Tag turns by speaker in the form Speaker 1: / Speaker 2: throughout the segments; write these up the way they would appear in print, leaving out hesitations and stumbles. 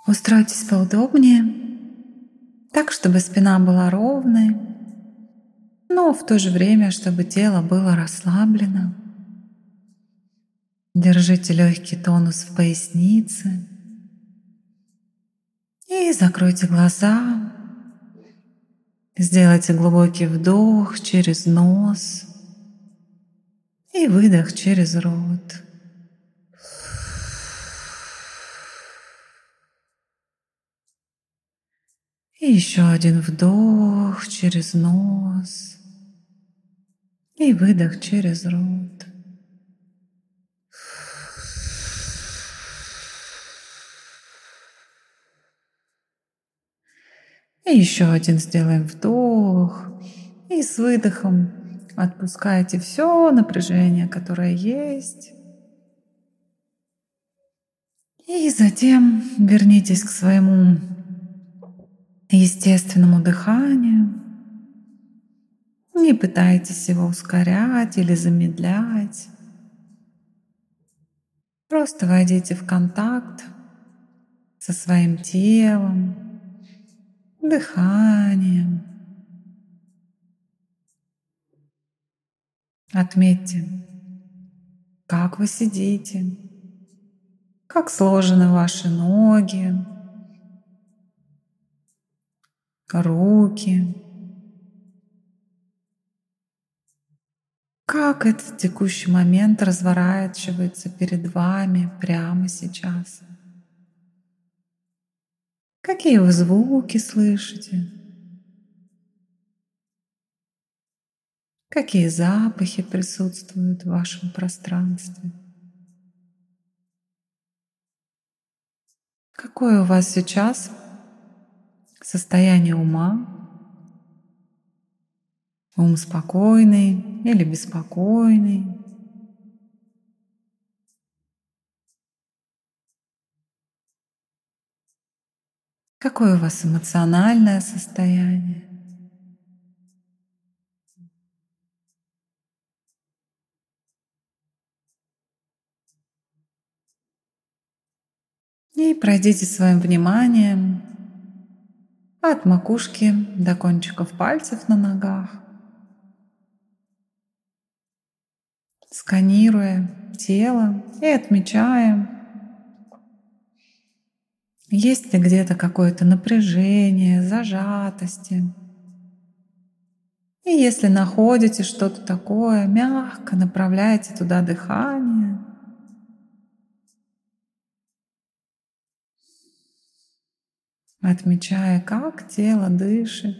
Speaker 1: Устройтесь поудобнее, так, чтобы спина была ровной, но в то же время, чтобы тело было расслаблено. Держите легкий тонус в пояснице и закройте глаза. Сделайте глубокий вдох через нос и выдох через рот. И еще один вдох через нос и выдох через рот. И еще один сделаем вдох. И с выдохом отпускайте все напряжение, которое есть. И затем вернитесь к своему естественному дыханию. Не пытайтесь его ускорять или замедлять. Просто войдите в контакт со своим телом, дыханием. Отметьте, как вы сидите, как сложены ваши ноги, руки, как этот текущий момент разворачивается перед вами прямо сейчас. Какие вы звуки слышите? Какие запахи присутствуют в вашем пространстве? Какое у вас сейчас состояние ума? Ум спокойный или беспокойный? Какое у вас эмоциональное состояние? И пройдите своим вниманием от макушки до кончиков пальцев на ногах, сканируя тело и отмечая, есть ли где-то какое-то напряжение, зажатости. И если находите что-то такое, мягко направляйте туда дыхание. Отмечая, как тело дышит.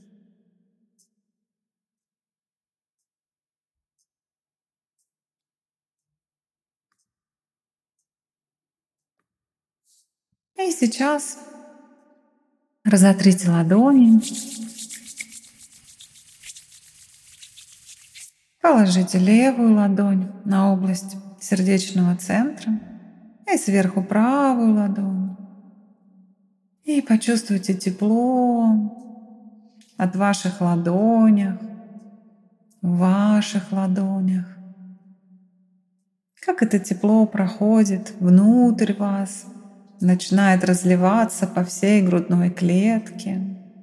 Speaker 1: И сейчас разотрите ладони, положите левую ладонь на область сердечного центра и сверху правую ладонь. И почувствуйте тепло от ваших ладонях, в ваших ладонях. Как это тепло проходит внутрь вас, начинает разливаться по всей грудной клетке.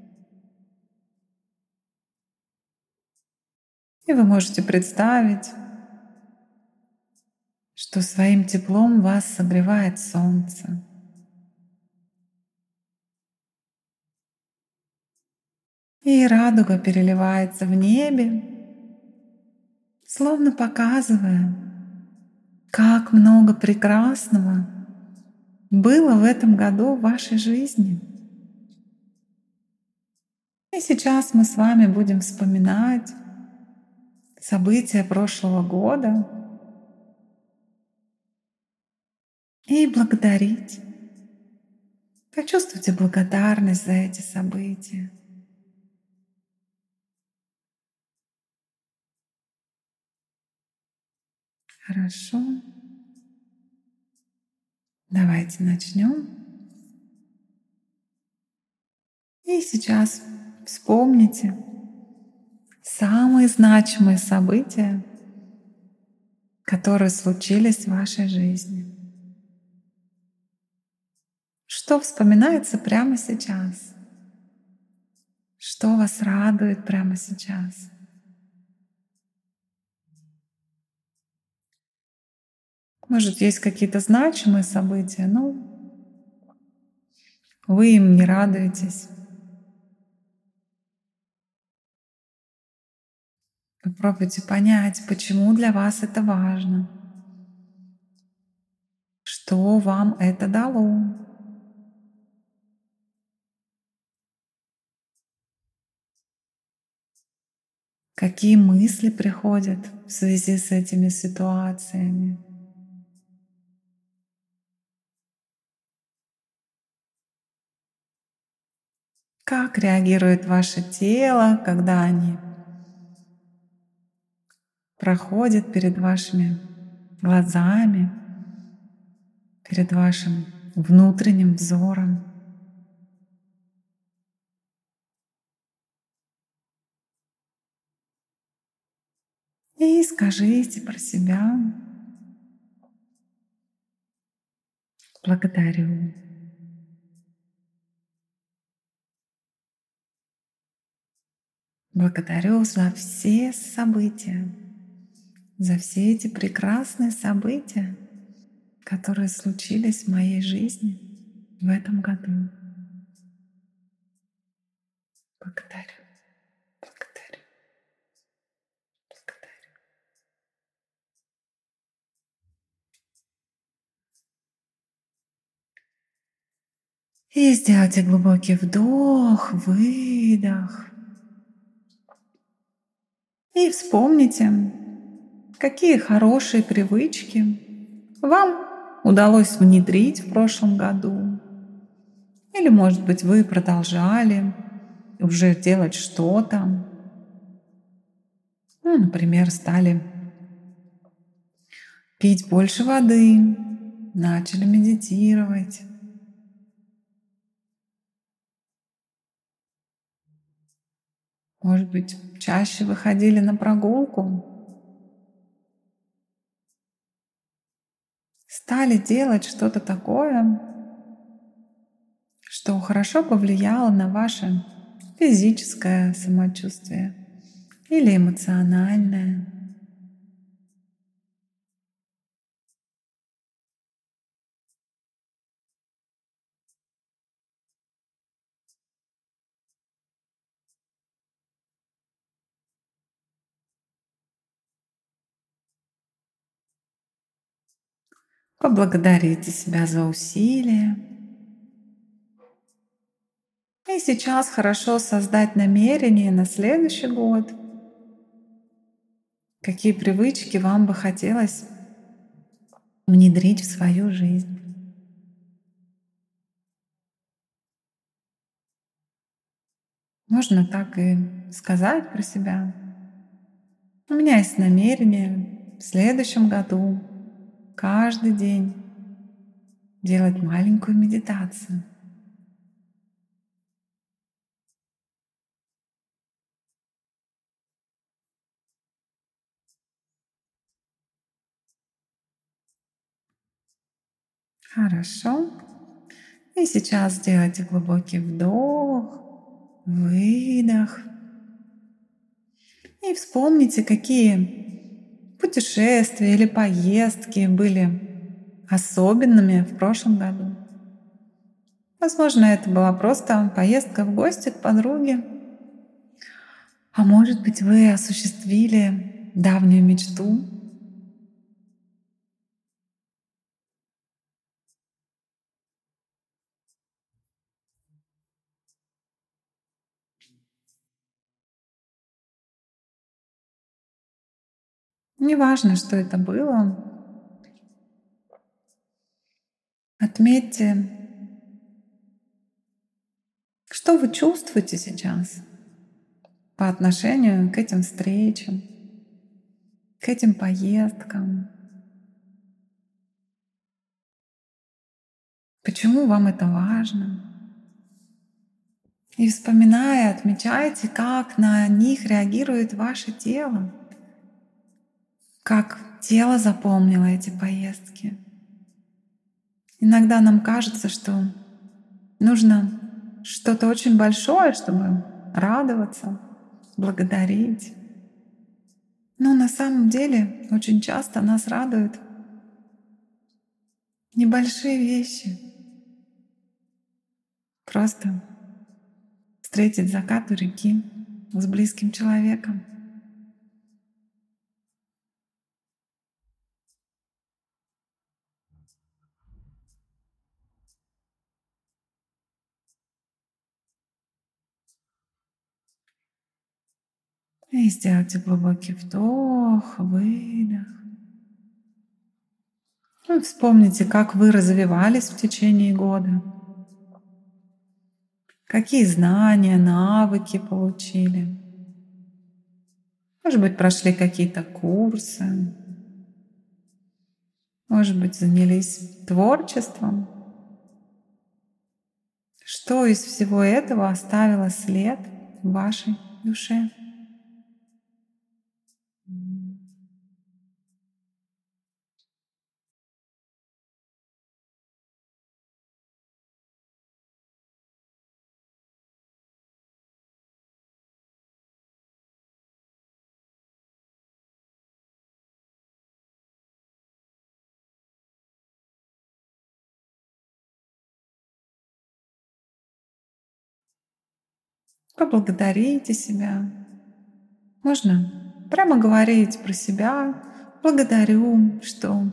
Speaker 1: И вы можете представить, что своим теплом вас согревает солнце. И радуга переливается в небе, словно показывая, как много прекрасного было в этом году в вашей жизни. И сейчас мы с вами будем вспоминать события прошлого года и благодарить. Почувствуйте благодарность за эти события. Хорошо. Давайте начнем. И сейчас вспомните самые значимые события, которые случились в вашей жизни. Что вспоминается прямо сейчас? Что вас радует прямо сейчас? Может, есть какие-то значимые события, но вы им не радуетесь. Попробуйте понять, почему для вас это важно, что вам это дало, какие мысли приходят в связи с этими ситуациями. Как реагирует ваше тело, когда они проходят перед вашими глазами, перед вашим внутренним взором. И скажите про себя: благодарю. Благодарю за все события, за все эти прекрасные события, которые случились в моей жизни в этом году. Благодарю, благодарю, благодарю. И сделайте глубокий вдох, выдох. И вспомните, какие хорошие привычки вам удалось внедрить в прошлом году. Или, может быть, вы продолжали уже делать что-то. Ну, например, стали пить больше воды, начали медитировать. Может быть, чаще выходили на прогулку, стали делать что-то такое, что хорошо повлияло на ваше физическое самочувствие или эмоциональное. Поблагодарите себя за усилия. И сейчас хорошо создать намерение на следующий год. Какие привычки вам бы хотелось внедрить в свою жизнь. Можно так и сказать про себя. У меня есть намерение в следующем году каждый день делать маленькую медитацию. Хорошо. И сейчас сделайте глубокий вдох, выдох. И вспомните, какие путешествия или поездки были особенными в прошлом году. Возможно, это была просто поездка в гости к подруге. А может быть, вы осуществили давнюю мечту. Неважно, что это было, отметьте, что вы чувствуете сейчас по отношению к этим встречам, к этим поездкам. Почему вам это важно? И вспоминая, отмечайте, как на них реагирует ваше тело, как тело запомнило эти поездки. Иногда нам кажется, что нужно что-то очень большое, чтобы радоваться, благодарить. Но на самом деле очень часто нас радуют небольшие вещи. Просто встретить закат у реки с близким человеком. И сделайте глубокий вдох, выдох. Ну, вспомните, как вы развивались в течение года, какие знания, навыки получили. Может быть, прошли какие-то курсы, может быть, занялись творчеством. Что из всего этого оставило след в вашей душе? Поблагодарите себя. Можно прямо говорить про себя. Благодарю, что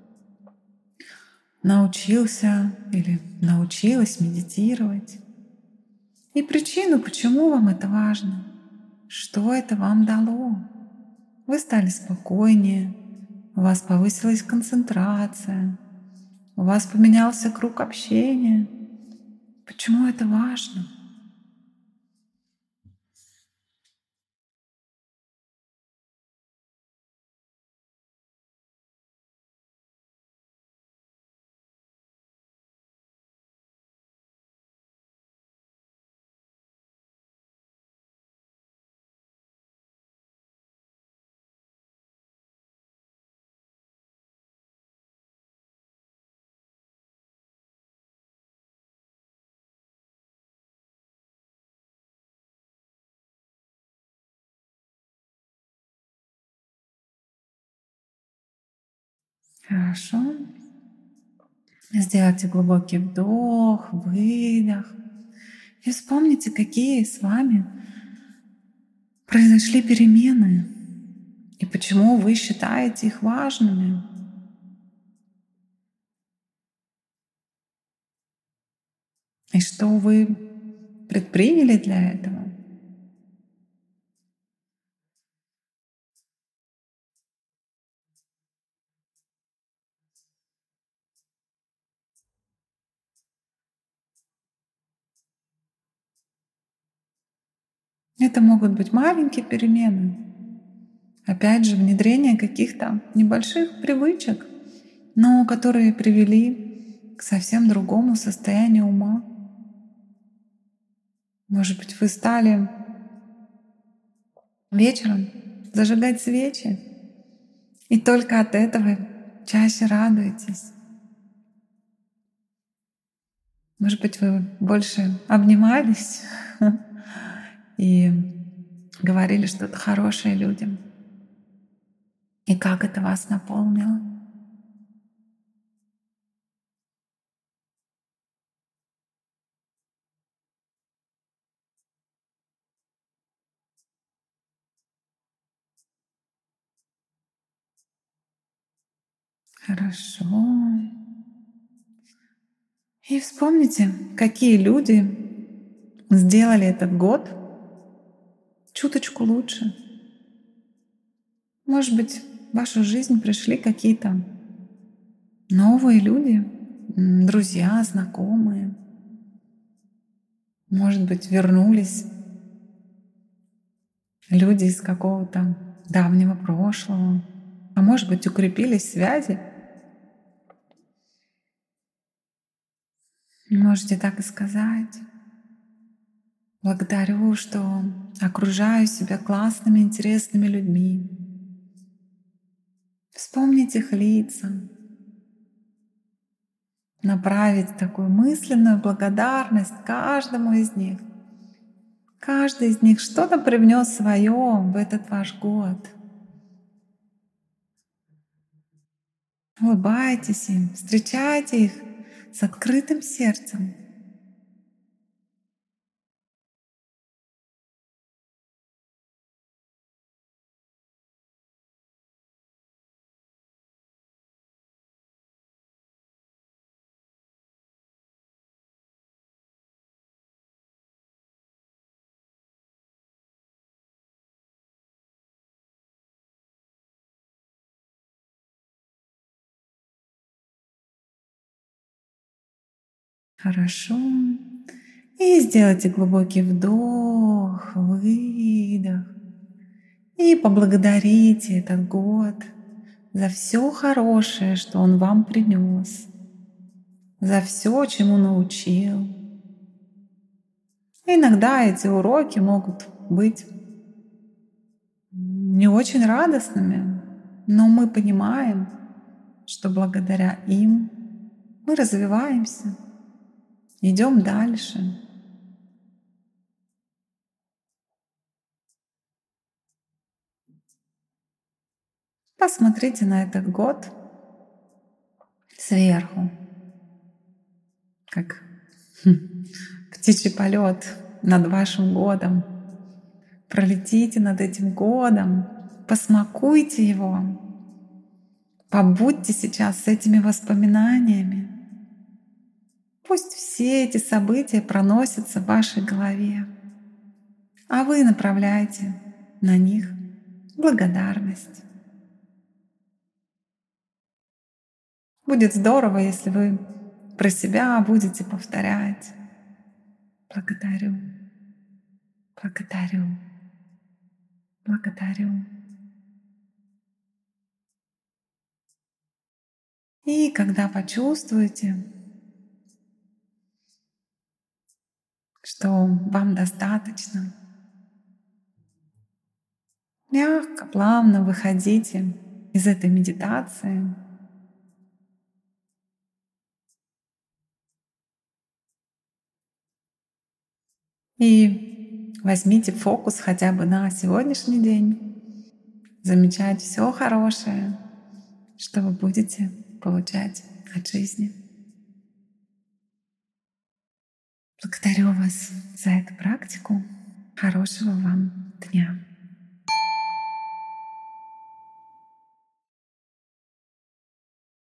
Speaker 1: научился или научилась медитировать. И причину, почему вам это важно. Что это вам дало? Вы стали спокойнее, у вас повысилась концентрация, у вас поменялся круг общения. Почему это важно? Хорошо. Сделайте глубокий вдох, выдох. И вспомните, какие с вами произошли перемены и почему вы считаете их важными. И что вы предприняли для этого. Это могут быть маленькие перемены. Опять же, внедрение каких-то небольших привычек, но которые привели к совсем другому состоянию ума. Может быть, вы стали вечером зажигать свечи, и только от этого чаще радуетесь. Может быть, вы больше обнимались и говорили что-то хорошее людям. И как это вас наполнило? Хорошо. И вспомните, какие люди сделали этот год чуточку лучше. Может быть, в вашу жизнь пришли какие-то новые люди, друзья, знакомые. Может быть, вернулись люди из какого-то давнего прошлого. А может быть, укрепились связи. Можете так и сказать. Благодарю, что окружаю себя классными, интересными людьми. Вспомните их лица. направить такую мысленную благодарность каждому из них. Каждый из них что-то привнес свое в этот ваш год. Улыбайтесь им, встречайте их с открытым сердцем. Хорошо. И сделайте глубокий вдох, выдох. И поблагодарите этот год за все хорошее, что он вам принес, за все, чему научил. Иногда эти уроки могут быть не очень радостными, но мы понимаем, что благодаря им мы развиваемся, идем дальше. Посмотрите на этот год сверху, как птичий полет над вашим годом. Пролетите над этим годом, посмакуйте его, побудьте сейчас с этими воспоминаниями. Пусть все эти события проносятся в вашей голове, а вы направляйте на них благодарность. Будет здорово, если вы про себя будете повторять: благодарю, благодарю, благодарю. И когда почувствуете, что вам достаточно, мягко, плавно выходите из этой медитации и возьмите фокус хотя бы на сегодняшний день, замечать все хорошее, что вы будете получать от жизни. Благодарю вас за эту практику. Хорошего вам дня.